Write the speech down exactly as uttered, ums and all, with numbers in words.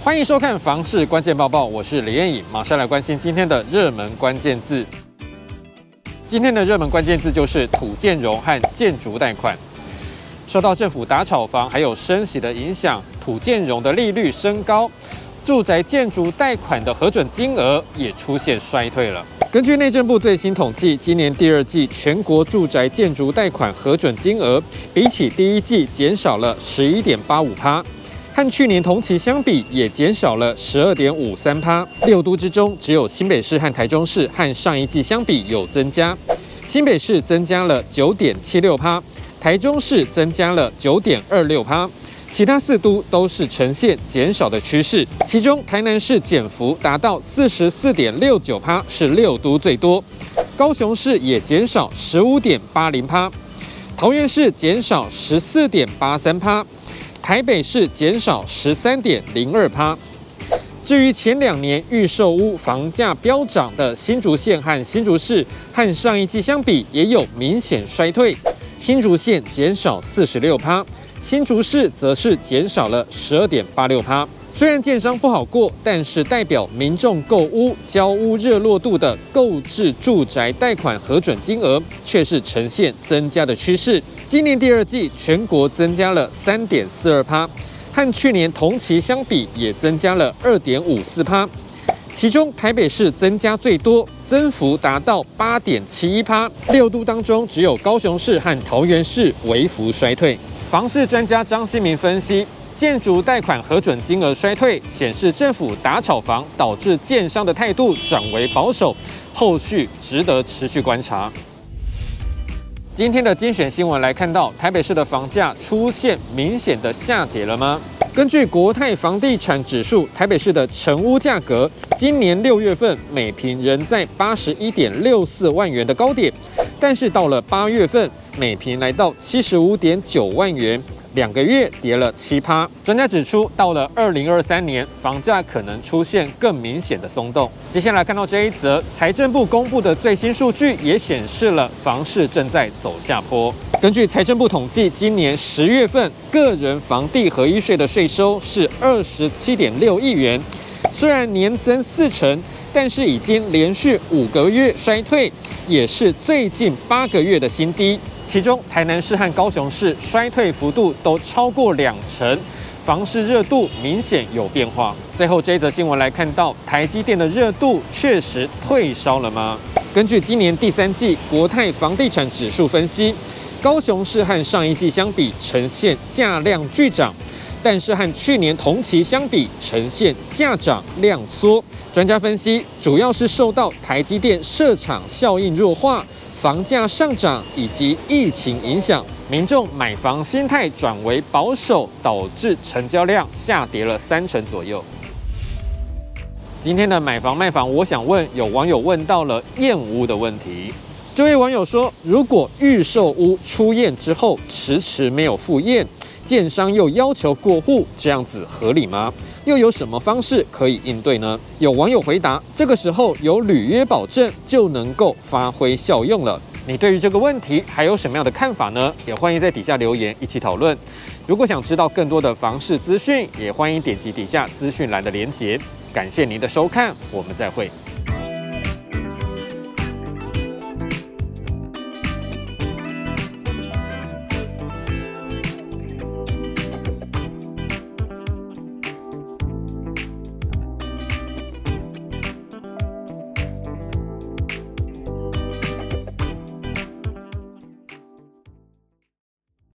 欢迎收看《房市关键报报》，我是李彦颖，马上来关心今天的热门关键字。今天的热门关键字就是土建融和建筑贷款。受到政府打炒房还有升息的影响，土建融的利率升高，住宅建筑贷款的核准金额也出现衰退了。根据内政部最新统计，今年第二季全国住宅建筑贷款核准金额比起第一季减少了 百分之十一点八五， 和去年同期相比也减少了 百分之十二点五三。六都之中，只有新北市和台中市和上一季相比有增加，新北市增加了 百分之九点七六， 台中市增加了 百分之九点二六。其他四都都是呈现减少的趋势，其中台南市减幅达到 百分之四十四点六九， 是六都最多；高雄市也减少 百分之十五点八零， 桃园市减少 百分之十四点八三， 台北市减少 百分之十三点零二。至于前两年预售屋房价飙涨的新竹县和新竹市，和上一季相比也有明显衰退，新竹县减少 百分之四十六，新竹市则是减少了 百分之十二点八六。虽然建商不好过，但是代表民众购屋、交屋热络度的购置住宅贷款核准金额却是呈现增加的趋势。今年第二季全国增加了 百分之三点四二，和去年同期相比也增加了 百分之二点五四。其中台北市增加最多，增幅达到 百分之八点七一，六都当中只有高雄市和桃园市微幅衰退。房市专家张新民分析，建筑贷款核准金额衰退，显示政府打炒房导致建商的态度转为保守，后续值得持续观察。今天的精选新闻来看到，台北市的房价出现明显的下跌了吗？根据国泰房地产指数，台北市的成屋价格今年六月份每坪仍在八十一点六四万元的高点，但是到了八月份，每坪来到七十五点九万元，两个月跌了 百分之七。专家指出，到了二零二三年，房价可能出现更明显的松动。接下来看到这一则，财政部公布的最新数据也显示了房市正在走下坡。根据财政部统计，今年十月份个人房地合一税的税收是二十七点六亿元，虽然年增四成，但是已经连续五个月衰退，也是最近八个月的新低。其中台南市和高雄市衰退幅度都超过两成，房市热度明显有变化。最后这一则新闻来看到，台积电的热度确实退烧了吗？根据今年第三季国泰房地产指数分析，高雄市和上一季相比呈现价量巨涨，但是和去年同期相比呈现价涨量缩。专家分析，主要是受到台积电设厂效应弱化、房价上涨以及疫情影响，民众买房心态转为保守，导致成交量下跌了三成左右。今天的买房卖房，我想问，有网友问到了验屋的问题。这位网友说，如果预售屋出验之后迟迟没有复验，建商又要求过户，这样子合理吗？又有什么方式可以应对呢？有网友回答，这个时候有履约保证就能够发挥效用了。你对于这个问题还有什么样的看法呢？也欢迎在底下留言一起讨论。如果想知道更多的房市资讯，也欢迎点击底下资讯栏的连结。感谢您的收看，我们再会。